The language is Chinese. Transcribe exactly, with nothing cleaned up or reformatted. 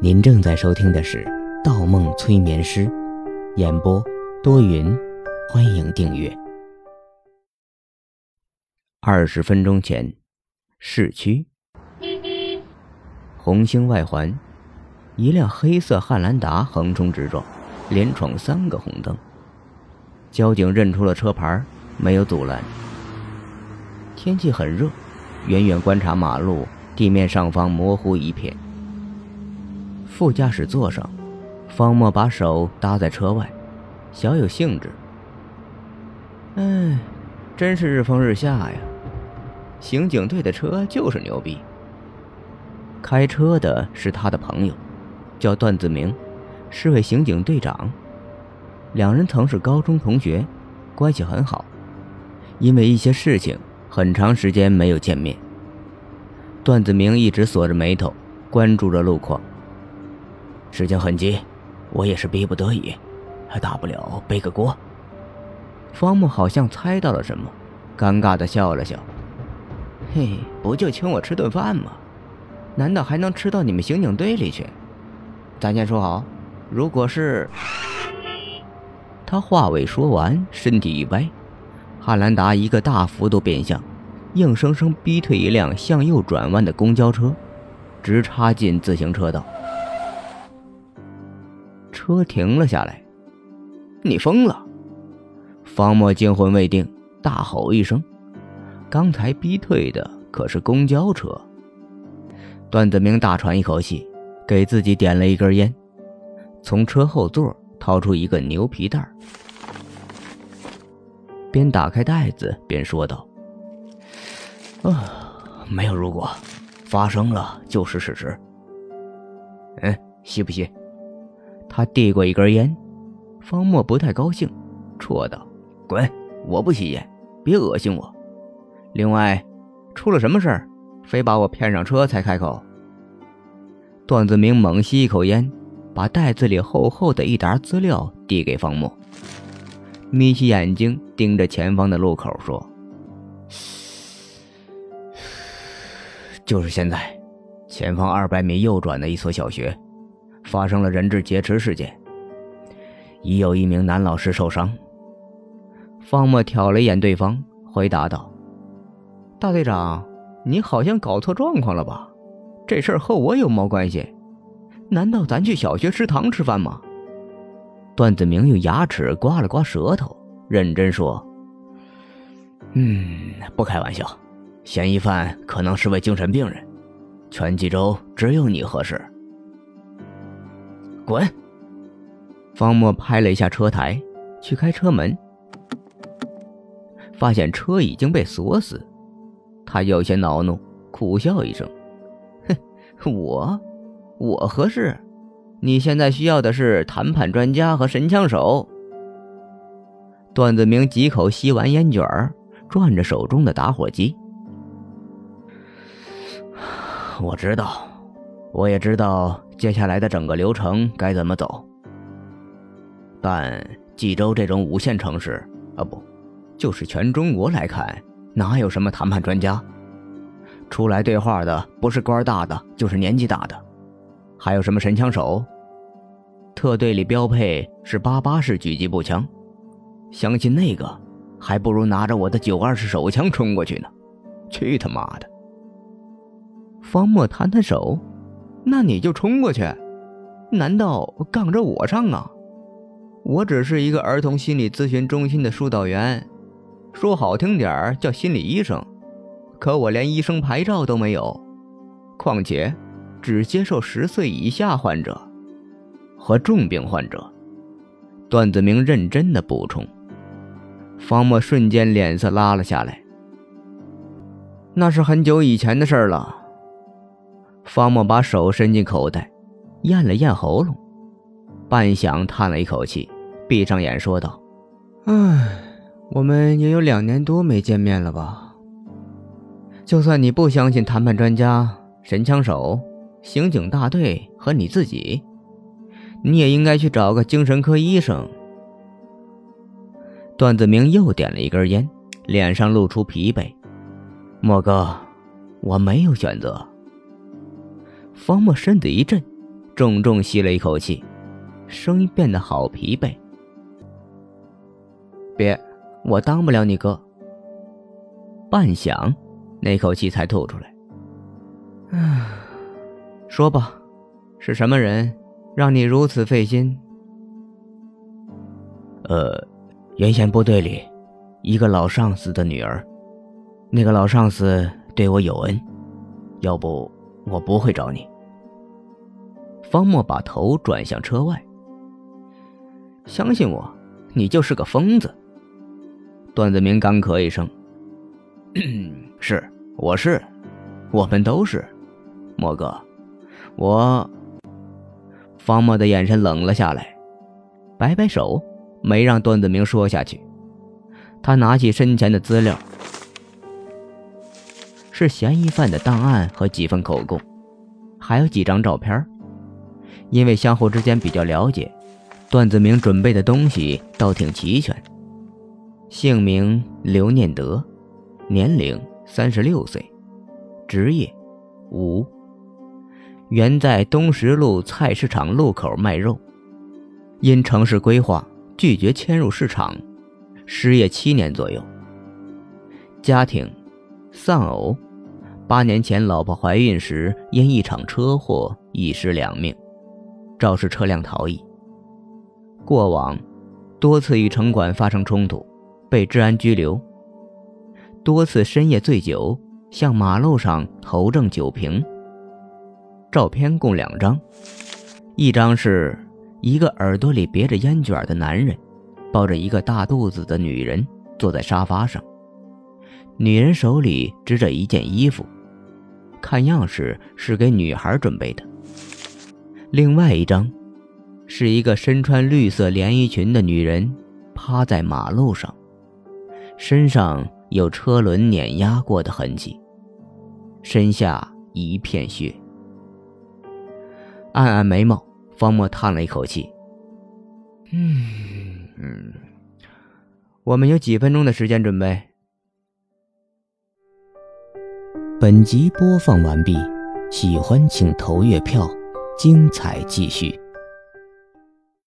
您正在收听的是《盗梦催眠师》，演播多云，欢迎订阅。二十分钟前，市区红星外环，一辆黑色汉兰达横冲直撞，连闯三个红灯。交警认出了车牌，没有阻拦。天气很热，远远观察马路，地面上方模糊一片。副驾驶座上，方墨把手搭在车外，小有兴致。哎，真是日风日下呀！刑警队的车就是牛逼。开车的是他的朋友，叫段子明，是位刑警队长。两人曾是高中同学，关系很好，因为一些事情很长时间没有见面。段子明一直锁着眉头，关注着路况。事情很急，我也是逼不得已，大不了背个锅。方木好像猜到了什么，尴尬地笑了笑。嘿，不就请我吃顿饭吗？难道还能吃到你们刑警队里去？咱先说好，如果是……他话未说完，身体一歪，汉兰达一个大幅度变向，硬生生逼退一辆向右转弯的公交车，直插进自行车道。车停了下来。你疯了！方墨惊魂未定，大吼一声。刚才逼退的可是公交车。段子明大喘一口气，给自己点了一根烟，从车后座掏出一个牛皮袋，边打开袋子边说道：啊，没有如果，发生了就是事实。嗯，吸不吸？他递过一根烟，方墨不太高兴，戳道：滚，我不吸烟，别恶心我。另外，出了什么事儿，非把我骗上车才开口？段子明猛吸一口烟，把袋子里厚厚的一沓资料递给方墨，眯起眼睛盯着前方的路口说：就是现在，前方二百米右转的一所小学发生了人质劫持事件，已有一名男老师受伤。方墨瞟了一眼对方，回答道：大队长，你好像搞错状况了吧？这事儿和我有毛关系？难道咱去小学食堂吃饭吗？段子明用牙齿刮了刮舌头，认真说：嗯，不开玩笑，嫌疑犯可能是位精神病人，全冀州只有你合适。滚！方墨拍了一下车台，去开车门，发现车已经被锁死。他有些恼怒，苦笑一声：哼，我我合适？你现在需要的是谈判专家和神枪手。段子明几口吸完烟卷，转着手中的打火机。我知道，我也知道接下来的整个流程该怎么走，但冀州这种五线城市啊，不，就是全中国来看，哪有什么谈判专家？出来对话的不是官大的，就是年纪大的。还有什么神枪手？特队里标配是八八式狙击步枪，相信那个还不如拿着我的九二式手枪冲过去呢。去他妈的！方墨摊摊手，那你就冲过去，难道杠着我上啊？我只是一个儿童心理咨询中心的疏导员，说好听点叫心理医生，可我连医生牌照都没有，况且只接受十岁以下患者和重病患者。段子明认真的补充。方墨瞬间脸色拉了下来。那是很久以前的事了。方墨把手伸进口袋，咽了咽喉咙，半晌叹了一口气，闭上眼说道：唉，我们也有两年多没见面了吧？就算你不相信谈判专家、神枪手、刑警大队和你自己，你也应该去找个精神科医生。段子明又点了一根烟，脸上露出疲惫。莫哥，我没有选择。方墨身子一震， 重重吸了一口气，声音变得好疲惫。别，我当不了你哥。半晌，那口气才吐出来。唉，说吧，是什么人让你如此费心？呃，原先部队里一个老上司的女儿，那个老上司对我有恩，要不我不会找你。方墨把头转向车外。相信我，你就是个疯子。段子明干咳一声。是，我是，我们都是。莫哥，我……方墨的眼神冷了下来，摆摆手，没让段子明说下去。他拿起身前的资料，是嫌疑犯的档案和几份口供，还有几张照片。因为相互之间比较了解，段子明准备的东西倒挺齐全。姓名刘念德，年龄三十六岁，职业无，原在东石路菜市场路口卖肉，因城市规划拒绝迁入市场，失业七年左右。家庭丧偶，八年前老婆怀孕时因一场车祸一尸两命，肇事车辆逃逸。过往多次与城管发生冲突，被治安拘留，多次深夜醉酒向马路上投掷酒瓶。照片共两张，一张是一个耳朵里别着烟卷的男人抱着一个大肚子的女人坐在沙发上，女人手里支着一件衣服，看样式是给女孩准备的。另外一张是一个身穿绿色连衣裙的女人趴在马路上，身上有车轮碾压过的痕迹，身下一片血。按按眉毛，方墨叹了一口气。嗯嗯，我们有几分钟的时间准备。 本集播放完毕，喜欢请投月票，精彩继续。